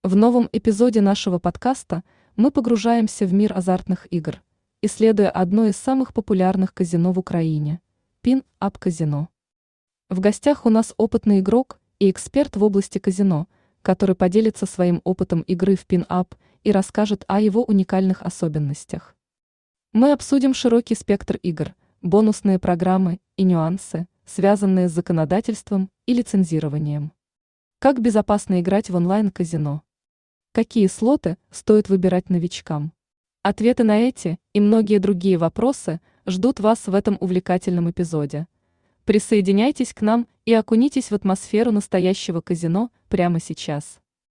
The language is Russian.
В новом эпизоде нашего подкаста мы погружаемся в мир азартных игр, исследуя одно из самых популярных казино в Украине – Pin-Up казино. В гостях у нас опытный игрок и эксперт в области казино, который поделится своим опытом игры в Pin-Up и расскажет о его уникальных особенностях. Мы обсудим широкий спектр игр, бонусные программы и нюансы, связанные с законодательством и лицензированием. Как безопасно играть в онлайн-казино? Какие слоты стоит выбирать новичкам? Ответы на эти и многие другие вопросы ждут вас в этом увлекательном эпизоде. Присоединяйтесь к нам и окунитесь в атмосферу настоящего казино прямо сейчас.